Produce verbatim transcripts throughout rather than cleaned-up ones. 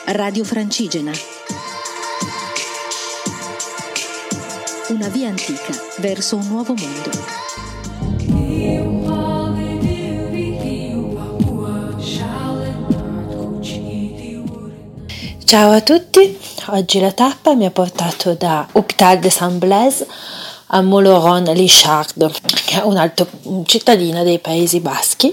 Radio Francigena. Una via antica verso un nuovo mondo. Ciao a tutti, oggi la tappa mi ha portato da Hôpital de Saint-Blaise a Moloron-Lichard, che è un altro cittadino dei Paesi Baschi.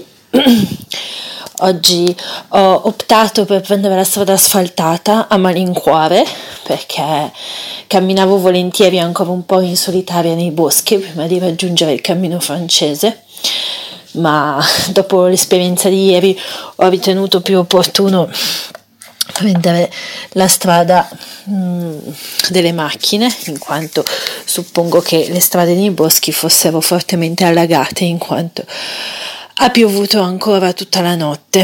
Oggi ho optato per prendere la strada asfaltata a malincuore perché camminavo volentieri ancora un po' in solitaria nei boschi prima di raggiungere il cammino francese, ma dopo l'esperienza di ieri ho ritenuto più opportuno prendere la strada mh, delle macchine, in quanto suppongo che le strade nei boschi fossero fortemente allagate, in quanto ha piovuto ancora tutta la notte.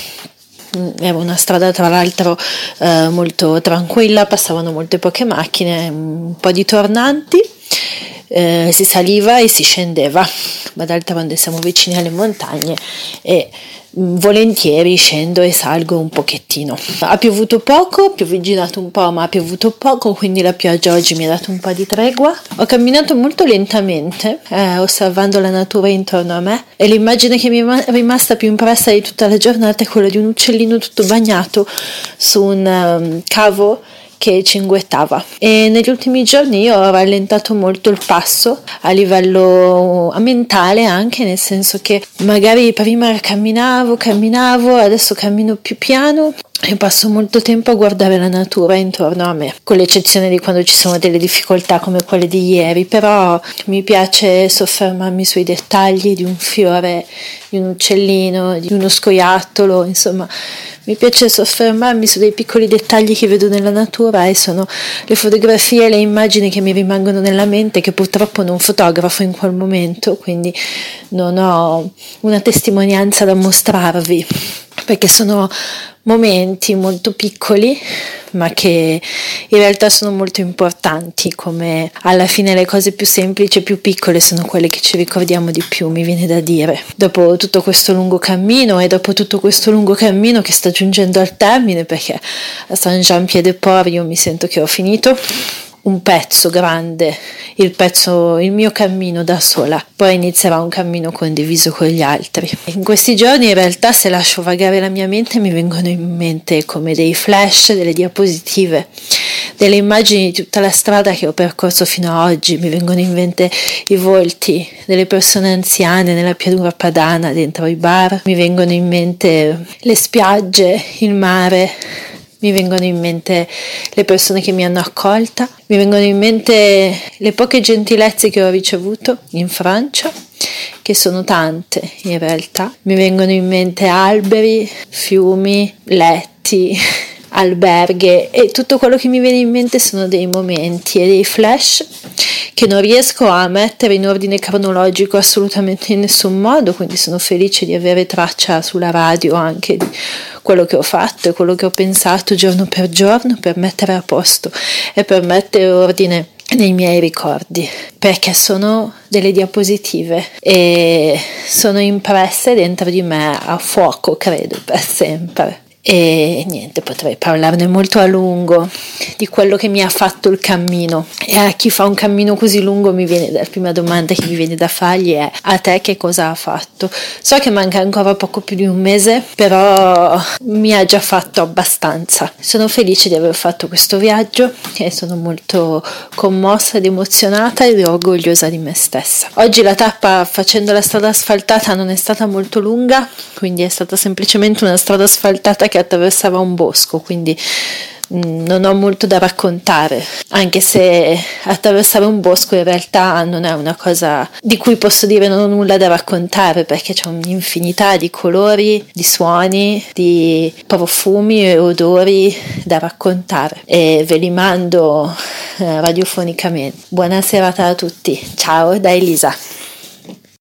Era una strada tra l'altro eh, molto tranquilla, passavano molte poche macchine, un po' di tornanti, eh, si saliva e si scendeva, ma d'altronde siamo vicini alle montagne e volentieri scendo e salgo un pochettino. Ha piovuto poco, ho pioviginato un po', ma ha piovuto poco, quindi la pioggia oggi mi ha dato un po' di tregua. Ho camminato molto lentamente, eh, osservando la natura intorno a me, e l'immagine che mi è rimasta più impressa di tutta la giornata è quella di un uccellino tutto bagnato su un um, cavo che cinguettava. E negli ultimi giorni io ho rallentato molto il passo a livello mentale, anche nel senso che magari prima camminavo, camminavo, adesso cammino più piano e passo molto tempo a guardare la natura intorno a me, con l'eccezione di quando ci sono delle difficoltà come quelle di ieri, però mi piace soffermarmi sui dettagli di un fiore, di un uccellino, di uno scoiattolo, insomma mi piace soffermarmi su dei piccoli dettagli che vedo nella natura, e sono le fotografie e le immagini che mi rimangono nella mente, che purtroppo non fotografo in quel momento, quindi non ho una testimonianza da mostrarvi, perché sono momenti molto piccoli ma che in realtà sono molto importanti, come alla fine le cose più semplici e più piccole sono quelle che ci ricordiamo di più, mi viene da dire. Dopo tutto questo lungo cammino e dopo tutto questo lungo cammino che sta giungendo al termine, perché a Saint-Jean-Pied-de-Port io mi sento che ho finito un pezzo grande, il pezzo, il mio cammino da sola, poi inizierà un cammino condiviso con gli altri. In questi giorni in realtà, se lascio vagare la mia mente, mi vengono in mente come dei flash, delle diapositive, delle immagini di tutta la strada che ho percorso fino ad oggi. Mi vengono in mente i volti delle persone anziane nella pianura padana, dentro i bar, mi vengono in mente le spiagge, il mare, mi vengono in mente le persone che mi hanno accolta, mi vengono in mente le poche gentilezze che ho ricevuto in Francia, che sono tante in realtà. Mi vengono in mente alberi, fiumi, letti, alberghe, e tutto quello che mi viene in mente sono dei momenti e dei flash che non riesco a mettere in ordine cronologico assolutamente in nessun modo, quindi sono felice di avere traccia sulla radio anche di quello che ho fatto e quello che ho pensato giorno per giorno, per mettere a posto e per mettere ordine nei miei ricordi, perché sono delle diapositive e sono impresse dentro di me a fuoco, credo, per sempre. E niente, potrei parlarne molto a lungo di quello che mi ha fatto il cammino, e a chi fa un cammino così lungo mi viene, la prima domanda che mi viene da fargli è: a te che cosa ha fatto? So che manca ancora poco più di un mese, però mi ha già fatto abbastanza. Sono felice di aver fatto questo viaggio e sono molto commossa ed emozionata ed orgogliosa di me stessa. Oggi la tappa facendo la strada asfaltata non è stata molto lunga, quindi è stata semplicemente una strada asfaltata che attraversava un bosco, quindi mh, non ho molto da raccontare, anche se attraversare un bosco in realtà non è una cosa di cui posso dire non ho nulla da raccontare, perché c'è un'infinità di colori, di suoni, di profumi e odori da raccontare, e ve li mando eh, radiofonicamente. Buona serata a tutti, ciao da Elisa.